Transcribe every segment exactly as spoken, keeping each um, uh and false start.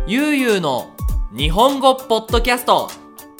ゆうゆうの日本語ポッドキャスト。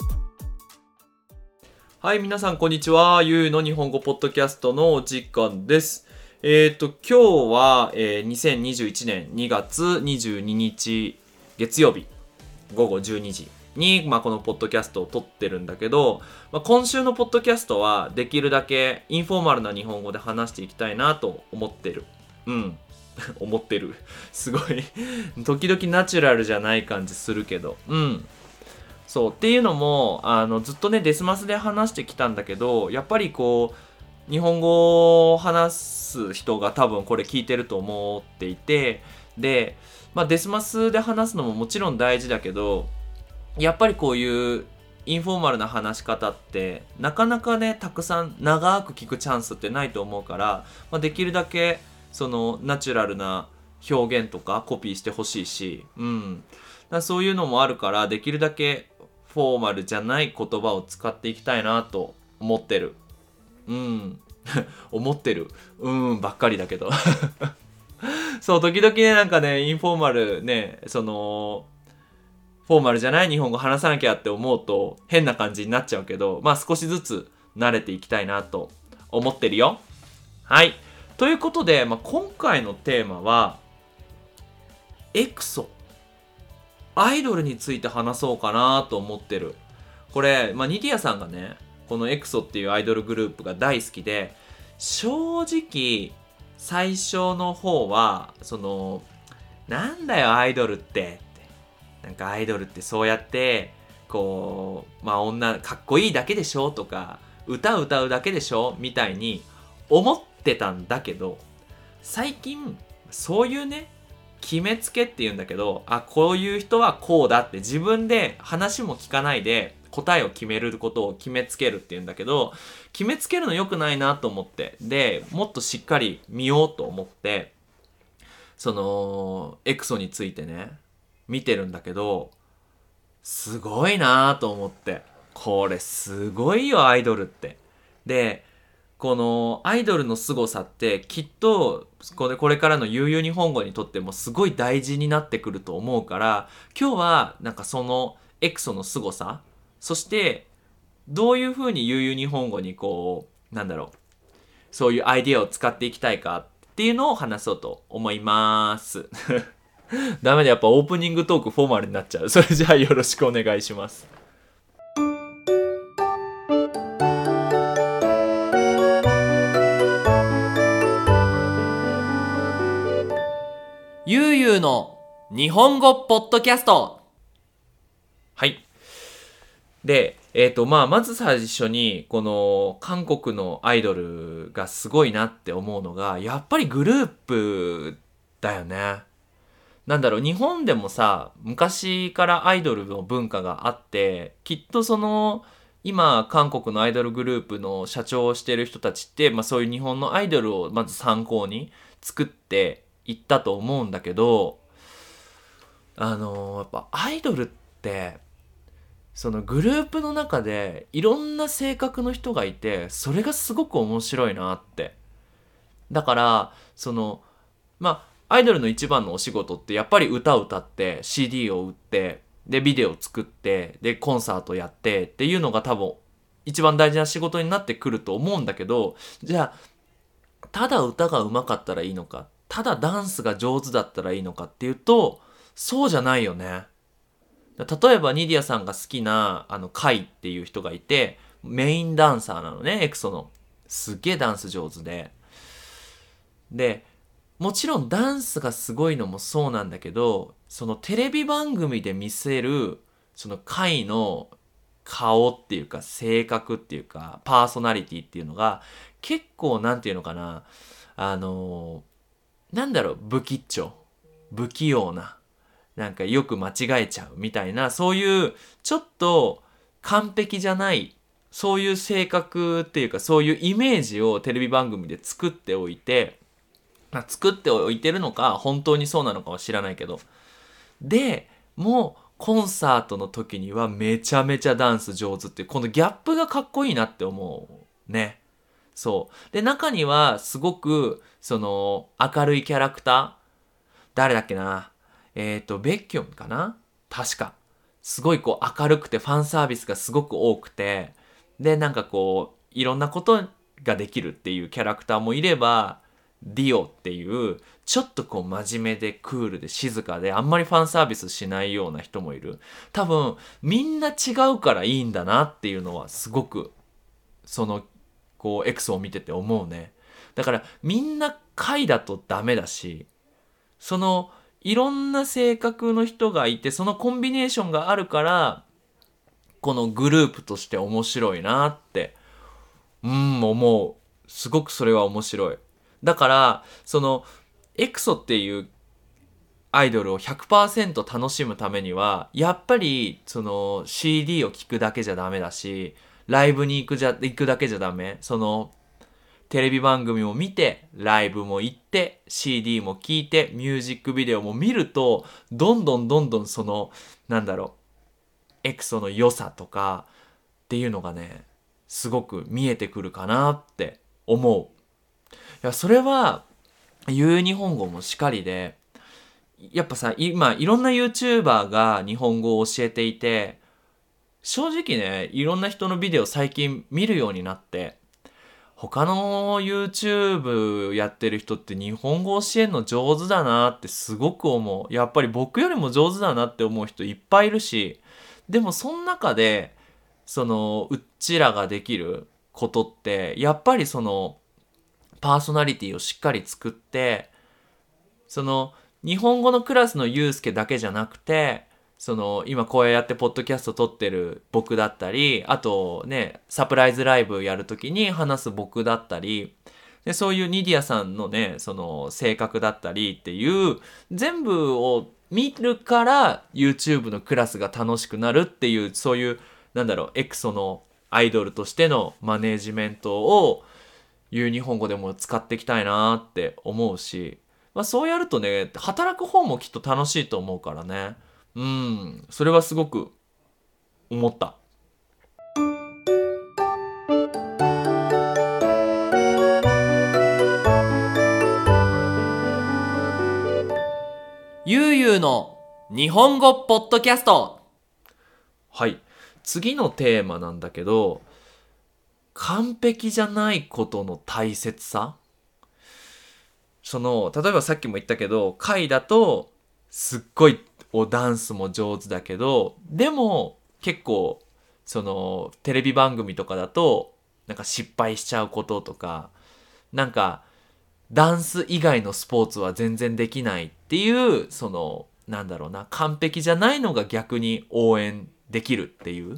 はい、皆さんこんにちは。ゆうゆうの日本語ポッドキャストのお時間です。えっ、ー、と今日は、えー、にせんにじゅういちねんにがつにじゅうににち月曜日ごごじゅうにじに、まあ、このポッドキャストを撮ってるんだけど、まあ、今週のポッドキャストはできるだけインフォーマルな日本語で話していきたいなと思ってる。うん思ってるすごい時々ナチュラルじゃない感じするけど、うんそうっていうのもあのずっとねデスマスで話してきたんだけど、やっぱりこう日本語を話す人が多分これ聞いてると思っていて、で、まあ、デスマスで話すのももちろん大事だけど、やっぱりこういうインフォーマルな話し方ってなかなかねたくさん長く聞くチャンスってないと思うから、まあ、できるだけそのナチュラルな表現とかコピーしてほしいし、うん、だそういうのもあるから、できるだけフォーマルじゃない言葉を使っていきたいなと思ってる。うん思ってるうんばっかりだけどそう時々ねなんかねインフォーマルねそのフォーマルじゃない日本語話さなきゃって思うと変な感じになっちゃうけど、まあ少しずつ慣れていきたいなと思ってるよ。はい。ということで、まあ、今回のテーマはエクソ、アイドルについて話そうかなと思ってる。これ、まあ、ニディアさんがねこのエクソっていうアイドルグループが大好きで、正直最初の方はそのなんだよアイドルってなんかアイドルってそうやってこうまあ女かっこいいだけでしょとか歌歌うだけでしょみたいに思ってたんだけど、最近そういうね決めつけっていうんだけど、あこういう人はこうだって自分で話も聞かないで答えを決めることを決めつけるっていうんだけど、決めつけるの良くないなと思って、でもっとしっかり見ようと思ってそのエクソについてね見てるんだけど、すごいなと思って、これすごいよアイドルって。でこのアイドルの凄さってきっとこれ、これからのゆうゆう日本語にとってもすごい大事になってくると思うから、今日はなんかそのエクソの凄さ、そしてどういう風にゆうゆう日本語にこうなんだろうそういうアイディアを使っていきたいかっていうのを話そうと思いますダメだ、やっぱオープニングトークフォーマルになっちゃう。それじゃあよろしくお願いします。ゆうゆうの日本語ポッドキャスト。はい。で、えっと、まあ、まず最初に、この韓国のアイドルがすごいなって思うのが、やっぱりグループだよね。なんだろう、日本でもさ、昔からアイドルの文化があって、きっとその、今、韓国のアイドルグループの社長をしてる人たちって、まあそういう日本のアイドルをまず参考に作っていったと思うんだけど、あのーやっぱアイドルって、そのグループの中でいろんな性格の人がいて、それがすごく面白いなって。だからそのまあアイドルの一番のお仕事ってやっぱり歌を歌って シーディー を売ってでビデオを作ってでコンサートやってっていうのが多分一番大事な仕事になってくると思うんだけど、じゃあただ歌が上手かったらいいのか、ただダンスが上手だったらいいのかっていうとそうじゃないよね。例えばニディアさんが好きなあのカイっていう人がいて、メインダンサーなのね、エクソの。すっげえダンス上手で、でもちろんダンスがすごいのもそうなんだけど、そのテレビ番組で見せるそのカイの顔っていうか性格っていうかパーソナリティっていうのが結構なんていうのかな、あのなんだろう不吉祥不器用な、なんかよく間違えちゃうみたいな、そういうちょっと完璧じゃないそういう性格っていうかそういうイメージをテレビ番組で作っておいて、まあ、作っておいてるのか本当にそうなのかは知らないけど、でもうコンサートの時にはめちゃめちゃダンス上手っていうこのギャップがかっこいいなって思うね。そうで中にはすごくその明るいキャラクター、誰だっけな、 えっと、ベッキョンかな確か。すごいこう明るくてファンサービスがすごく多くて、で、なんかこう、いろんなことができるっていうキャラクターもいれば、ディオっていう、ちょっとこう真面目でクールで静かで、あんまりファンサービスしないような人もいる。多分、みんな違うからいいんだなっていうのはすごく、その、こう、エクソを見てて思うね。だから、みんな回だとダメだし、その、いろんな性格の人がいて、そのコンビネーションがあるから、このグループとして面白いなって、うん、思う。すごくそれは面白い。だから、その、エクソっていうアイドルをひゃくパーセント楽しむためには、やっぱり、その、シーディー を聴くだけじゃダメだし、ライブに行くじゃ、行くだけじゃダメ。その、テレビ番組も見て、ライブも行って、シーディー も聴いて、ミュージックビデオも見ると、どんどんどんどんその、なんだろう、エクソの良さとかっていうのがね、すごく見えてくるかなって思う。いや、それは、言う日本語もしかりで、やっぱさ、今、いろんな YouTuber が日本語を教えていて、正直ね、いろんな人のビデオ最近見るようになって、他の YouTube やってる人って日本語教えるの上手だなってすごく思う。やっぱり僕よりも上手だなって思う人いっぱいいるし、でもその中で、その、うっちらができることって、やっぱりその、パーソナリティをしっかり作って、その、日本語のクラスのユうスケだけじゃなくて、その、今こうやってポッドキャスト撮ってる僕だったり、あとね、サプライズライブやるときに話す僕だったり、で、そういうニディアさんのね、その性格だったりっていう、全部を見るから YouTube のクラスが楽しくなるっていう、そういう、なんだろう、エクソのアイドルとしてのマネージメントを、言う日本語でも使っていきたいなって思うし、まあそうやるとね、働く方もきっと楽しいと思うからね。うん、それはすごく思った。ゆうゆうの日本語ポッドキャスト。はい。次のテーマなんだけど、完璧じゃないことの大切さ。その、例えばさっきも言ったけど、回だと、すっごいおダンスも上手だけど、でも結構、その、テレビ番組とかだと、なんか失敗しちゃうこととか、なんか、ダンス以外のスポーツは全然できないっていう、その、なんだろうな、完璧じゃないのが逆に応援できるっていう。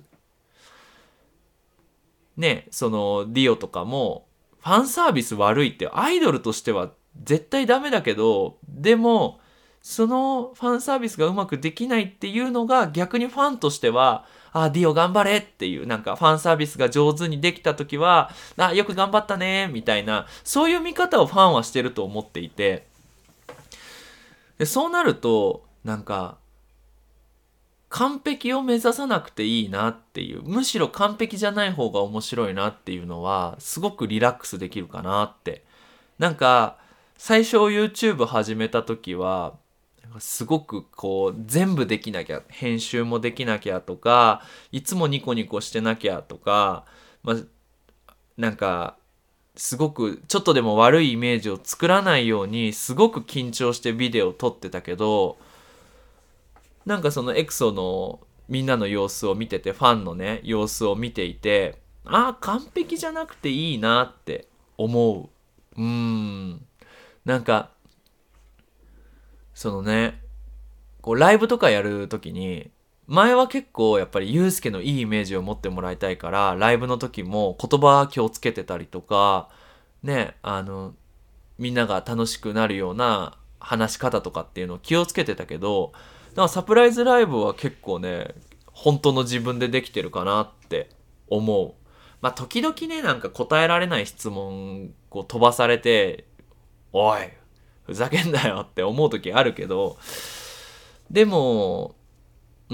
ね、その、ディオとかも、ファンサービス悪いってアイドルとしては絶対ダメだけど、でも、そのファンサービスがうまくできないっていうのが逆にファンとしては、あ、ディオ頑張れっていう、なんかファンサービスが上手にできた時は、あ、よく頑張ったね、みたいな、そういう見方をファンはしてると思っていて、でそうなると、なんか、完璧を目指さなくていいなっていう、むしろ完璧じゃない方が面白いなっていうのは、すごくリラックスできるかなって。なんか、最初 YouTube 始めた時は、すごくこう、全部できなきゃ、編集もできなきゃとか、いつもニコニコしてなきゃとか、まあ、なんか、すごくちょっとでも悪いイメージを作らないように、すごく緊張してビデオを撮ってたけど、なんかそのエクソのみんなの様子を見てて、ファンのね、様子を見ていて、ああ、完璧じゃなくていいなって思う。うーん。なんか、そのね、こうライブとかやるときに、前は結構やっぱりユうスケのいいイメージを持ってもらいたいから、ライブの時も言葉気をつけてたりとか、ね、あの、みんなが楽しくなるような話し方とかっていうのを気をつけてたけど、だからサプライズライブは結構ね、本当の自分でできてるかなって思う。まあ時々ね、なんか答えられない質問を飛ばされて、おい、ふざけんなよって思う時あるけど、でも、うん、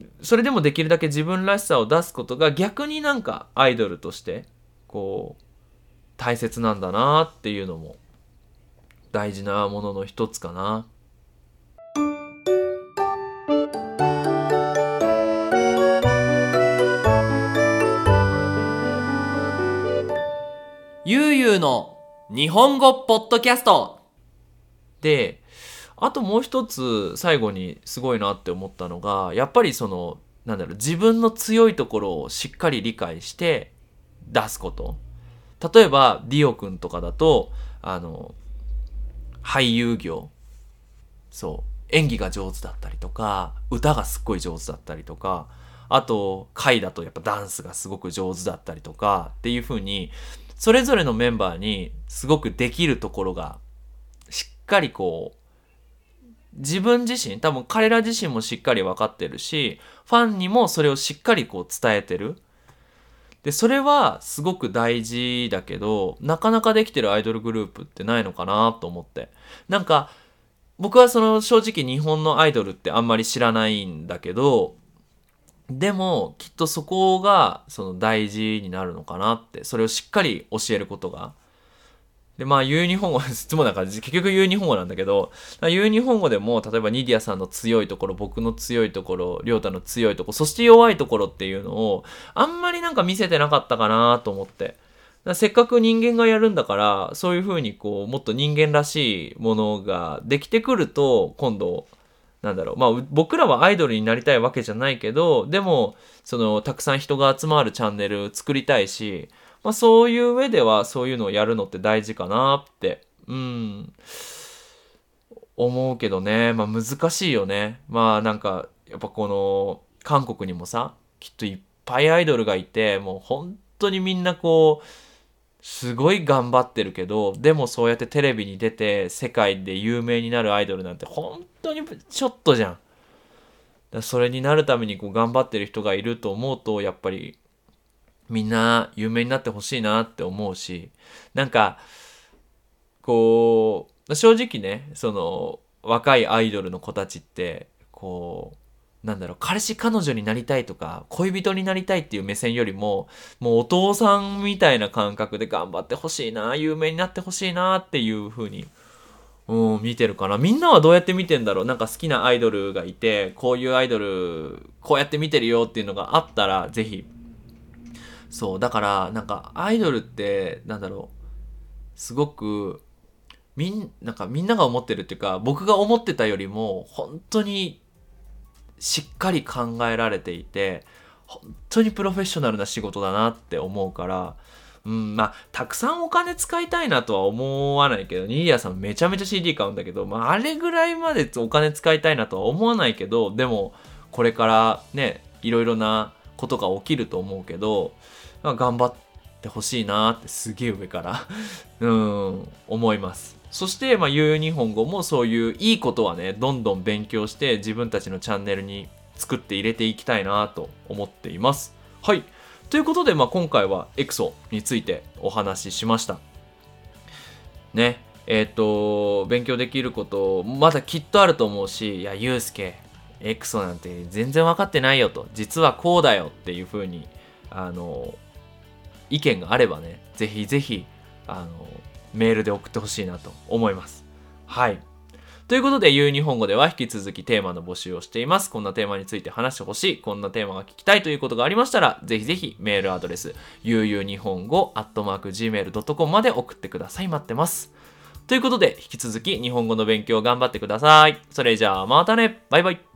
それでもできるだけ自分らしさを出すことが逆になんかアイドルとして、こう、大切なんだなっていうのも大事なものの一つかな。 ゆうゆうの日本語ポッドキャストで、あともう一つ最後にすごいなって思ったのが、やっぱりそのなんだろう、自分の強いところをしっかり理解して出すこと。例えばディオくんとかだと、あの俳優業、そう演技が上手だったりとか、歌がすっごい上手だったりとか、あと回だとやっぱダンスがすごく上手だったりとかっていう風に、それぞれのメンバーにすごくできるところがしっかりこう、自分自身、多分彼ら自身もしっかり分かってるし、ファンにもそれをしっかりこう伝えてる。で、それはすごく大事だけど、なかなかできてるアイドルグループってないのかなと思って。なんか、僕はその正直日本のアイドルってあんまり知らないんだけど、でもきっとそこがその大事になるのかなって、それをしっかり教えることが。で、まあ、言う日本語、いつもなんか、結局言う日本語なんだけど、言う日本語でも、例えばニディアさんの強いところ、僕の強いところ、りょうたの強いところ、そして弱いところっていうのを、あんまりなんか見せてなかったかなと思って。だからせっかく人間がやるんだから、そういう風にこう、もっと人間らしいものができてくると、今度、なんだろう、まあ、僕らはアイドルになりたいわけじゃないけど、でも、その、たくさん人が集まるチャンネル作りたいし、まあそういう上ではそういうのをやるのって大事かなって、うん、思うけどね。まあ難しいよね。まあなんか、やっぱこの、韓国にもさ、きっといっぱいアイドルがいて、もう本当にみんなこう、すごい頑張ってるけど、でもそうやってテレビに出て世界で有名になるアイドルなんて本当にちょっとじゃん。だそれになるためにこう頑張ってる人がいると思うと、やっぱりみんな有名になってほしいなって思うし、なんかこう正直ね、その若いアイドルの子たちってこうなんだろう、彼氏彼女になりたいとか恋人になりたいっていう目線よりも、もうお父さんみたいな感覚で頑張ってほしいな、有名になってほしいなっていう風に、うん、見てるかな。みんなはどうやって見てんだろう。なんか好きなアイドルがいて、こういうアイドルこうやって見てるよっていうのがあったらぜひ。そうだからなんかアイドルってなんだろう、すごくみんなんかみんなが思ってるっていうか、僕が思ってたよりも本当にしっかり考えられていて、本当にプロフェッショナルな仕事だなって思うから、うん、まあたくさんお金使いたいなとは思わないけど、ニーヤさんめちゃめちゃ シーディー 買うんだけど、まああれぐらいまでお金使いたいなとは思わないけど、でもこれからね、いろいろなことが起きると思うけど、まあ、頑張ってほしいなってすげえ上からうん思います。そして、まあ、ゆう日本語もそういういいことはね、どんどん勉強して自分たちのチャンネルに作って入れていきたいなと思っています。はい。ということで、まあ、今回はエクソについてお話ししました。ね。えっと、勉強できることまだきっとあると思うし、いや、ゆうすけ、エクソなんて全然分かってないよと、実はこうだよっていう風に、あの、意見があればね、ぜひぜひ、あの、メールで送ってほしいなと思います。はい。ということで、ゆう日本語では引き続きテーマの募集をしています。こんなテーマについて話してほしい、こんなテーマが聞きたいということがありましたら、ぜひぜひメールアドレス、ゆうゆう日本語アットマークジーメールドットコム まで送ってください。待ってます。ということで、引き続き日本語の勉強頑張ってください。それじゃあ、またね。バイバイ。